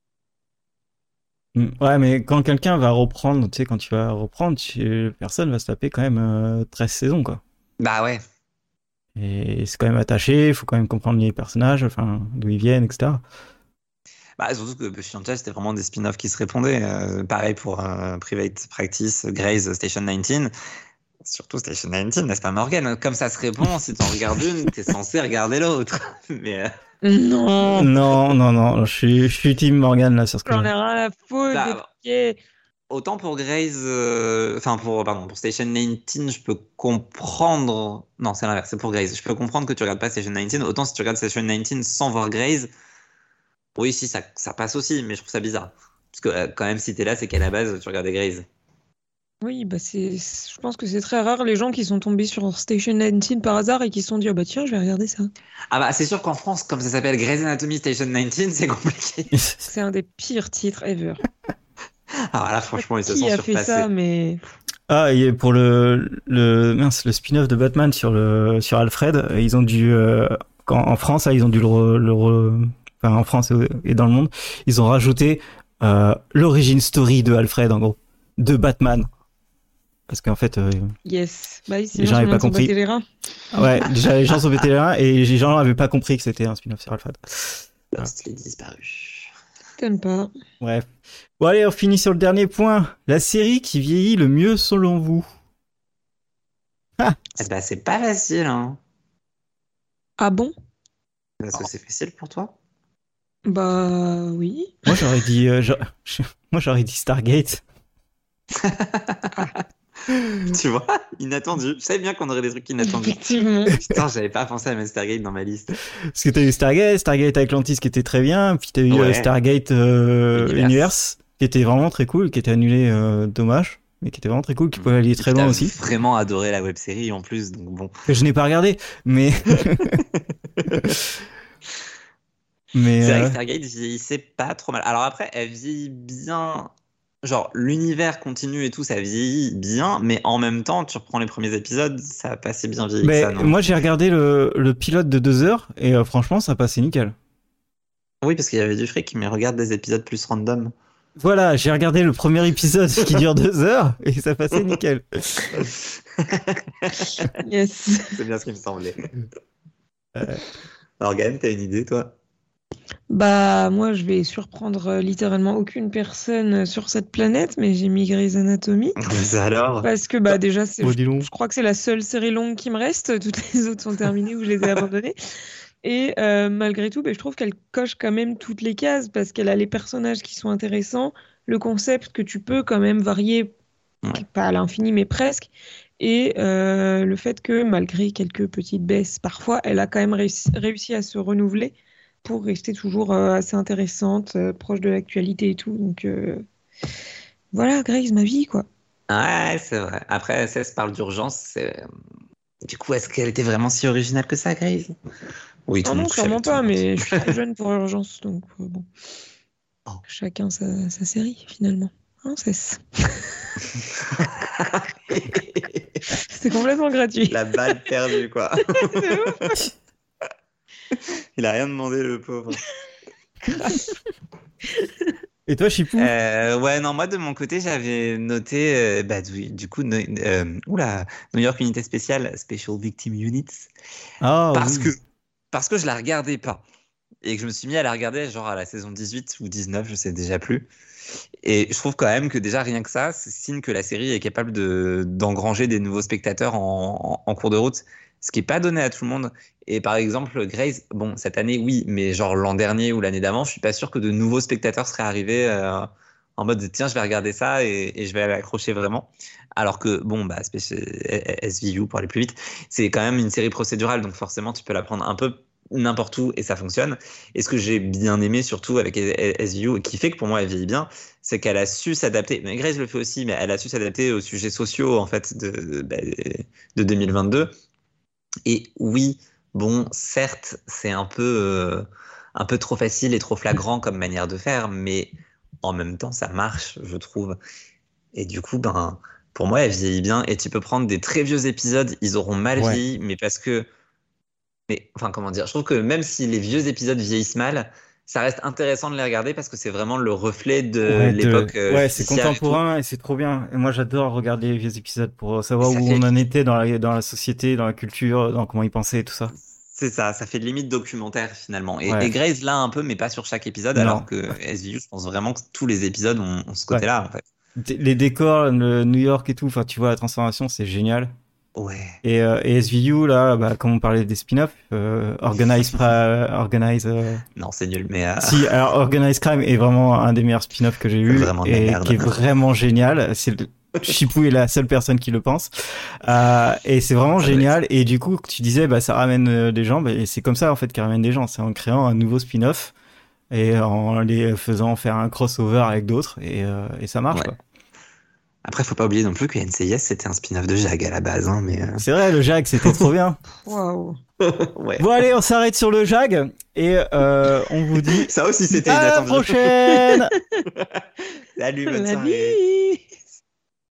Ouais, mais quand quelqu'un va reprendre, tu sais, quand tu vas reprendre, personne va se taper quand même 13 saisons, quoi. Bah ouais. Et c'est quand même attaché, il faut quand même comprendre les personnages, enfin, d'où ils viennent, etc. Bah, surtout que Buffy et Angel, c'était vraiment des spin-offs qui se répondaient. Pareil pour Private Practice, Grey's, Station 19. Surtout Station 19, n'est-ce pas Morgan? Comme ça se répond, si tu en regardes une, t'es censé regarder l'autre. Mais Non, Non, je suis Team Morgan là sur ce j'en ai coup-là. rien à foutre des bah, pieds. autant pour Grey's, enfin pour Station 19, je peux comprendre. Non, c'est l'inverse, c'est pour Grey's. Je peux comprendre que tu regardes pas Station 19. Autant si tu regardes Station 19 sans voir Grey's, oui, si ça passe aussi, mais je trouve ça bizarre. Parce que quand même, si t'es là, c'est qu'à la base, tu regardais Grey's. Oui, bah je pense que c'est très rare les gens qui sont tombés sur Station 19 par hasard et qui se sont dit, oh bah tiens, je vais regarder ça. Ah bah c'est sûr qu'en France, comme ça s'appelle Grey's Anatomy Station 19, c'est compliqué. C'est un des pires titres ever. Alors là, franchement, ils se sont Qui a fait surpassés. ça, mais Ah, et pour le spin-off de Batman sur Alfred, ils ont dû en France, là, ils ont dû enfin en France et dans le monde, ils ont rajouté l'origin story de Alfred en gros, de Batman. Parce qu'en fait, yes. Bah oui, Les sinon, gens tout avaient le pas monde s'en compris. battait les reins. ouais, déjà les gens sont pétés les reins et les gens n'avaient pas compris que c'était un spin-off sur Alfred. Lost les disparus. T'aimes pas. Bref. Bon allez, on finit sur le dernier point. La série qui vieillit le mieux selon vous. Eh ben, c'est pas facile, hein. Ah bon? Est-ce que c'est facile pour toi? Bah oui. Moi j'aurais dit, moi j'aurais dit Stargate. Tu vois, inattendu. Je savais bien qu'on aurait des trucs inattendus. Effectivement. Putain, j'avais pas pensé à mettre Stargate dans ma liste. Parce que t'as eu Stargate Atlantis qui était très bien, puis t'as eu Ouais. Stargate Universe qui était vraiment très cool, qui était annulé, dommage, mais qui était vraiment très cool, qui pouvait aller très loin T'as aussi. vraiment adoré la web-série en plus, donc bon. Que je n'ai pas regardé, mais mais C'est vrai que Stargate vieillissait pas trop mal. Alors après, elle vieillit bien. Genre, l'univers continue et tout, ça vieillit bien, mais en même temps, tu reprends les premiers épisodes, ça a pas si bien vieilli que mais ça, non? moi j'ai regardé le pilote de 2 heures et franchement ça passait nickel. Oui, parce qu'il y avait du fric, mais regarde des épisodes plus random. Voilà, j'ai regardé le premier épisode qui dure 2 heures et ça passait nickel. Yes. C'est bien ce qui me semblait. Morgane, t'as une idée, toi? Bah moi je vais surprendre littéralement aucune personne sur cette planète, mais j'ai mis Grey's Anatomy. Mais alors? Parce que bah déjà Oh, dis donc. je crois que c'est la seule série longue qui me reste. Toutes les autres sont terminées ou je les ai abandonnées. Et malgré tout, bah, je trouve qu'elle coche quand même toutes les cases parce qu'elle a les personnages qui sont intéressants, le concept que tu peux quand même varier, Ouais. pas à l'infini mais presque, et le fait que malgré quelques petites baisses parfois, elle a quand même réussi à se renouveler pour rester toujours assez intéressante, proche de l'actualité et tout. Donc voilà, Grey's, ma vie quoi. Ouais, c'est vrai. Après, SS parle d'urgence. Du coup, est-ce qu'elle était vraiment si originale que ça, Grace? Oui, tout Ah le non, monde couche avec sûrement tout le pas, monde. mais je suis trop jeune pour Urgence, donc bon. Oh. Chacun sa série, finalement. Hein, c'est C'était complètement gratuit. La balle perdue, quoi. C'est ouf. Il a rien demandé, le pauvre. Et toi, Chipou? Ouais, non, moi de mon côté, j'avais noté, du coup, New York Unité Spéciale, Special Victim Units, Ah parce oui. que, parce que je la regardais pas. Et que je me suis mis à la regarder, genre à la saison 18 ou 19, je sais déjà plus. Et je trouve quand même que déjà rien que ça, c'est signe que la série est capable d'engranger des nouveaux spectateurs en cours de route, ce qui est pas donné à tout le monde. Et par exemple, Grey's, bon, cette année, oui, mais genre l'an dernier ou l'année d'avant, je suis pas sûr que de nouveaux spectateurs seraient arrivés en mode tiens, je vais regarder ça et je vais l'accrocher vraiment. Alors que, bon, SVU, pour aller plus vite, c'est quand même une série procédurale, donc forcément, tu peux la prendre un peu n'importe où et ça fonctionne. Et ce que j'ai bien aimé surtout avec SVU, et qui fait que pour moi elle vieillit bien, c'est qu'elle a su s'adapter. Mais Grey's le fait aussi, mais elle a su s'adapter aux sujets sociaux en fait de 2022. Et oui, bon, certes, c'est un peu trop facile et trop flagrant comme manière de faire, mais en même temps, ça marche, je trouve. Et du coup, ben, pour moi, elle vieillit bien. Et tu peux prendre des très vieux épisodes, ils auront mal Ouais. vieilli, mais parce que mais enfin, comment dire, je trouve que même si les vieux épisodes vieillissent mal, ça reste intéressant de les regarder parce que c'est vraiment le reflet de l'époque Ouais, c'est judiciaire et tout. contemporain et c'est trop bien. Et moi, j'adore regarder les vieux épisodes pour savoir Et où ça on fait, en était dans la société, dans la culture, dans comment ils pensaient et tout ça. c'est ça fait limite documentaire finalement. Et Ouais. Grey's là un peu, mais pas sur chaque épisode, alors Non. que SVU, je pense vraiment que tous les épisodes ont ce Ouais. côté-là en fait. Les décors, le New York et tout, enfin, tu vois, la transformation, c'est génial. Ouais. Et SVU, là, bah, comme on parlait des spin-offs, Organize, Non, c'est nul, mais si, alors Organize Crime est vraiment un des meilleurs spin-offs que j'ai c'est eu vraiment de la et qui est merde. vraiment génial. Chipou est la seule personne qui le pense. Et c'est vraiment Ça doit être ça. génial. Et du coup, tu disais, bah, ça ramène des gens. Bah, et c'est comme ça, en fait, qu'il ramène des gens. C'est en créant un nouveau spin-off et en les faisant faire un crossover avec d'autres. Et ça marche, Ouais. quoi. Après, faut pas oublier non plus que NCIS c'était un spin-off de Jag à la base, hein, mais C'est vrai, le JAG, c'était trop bien. Waouh. ouais. Bon, allez, on s'arrête sur le JAG et on vous dit Ça aussi, c'était à la inattendu. prochaine! Salut, bonne La soirée. vie.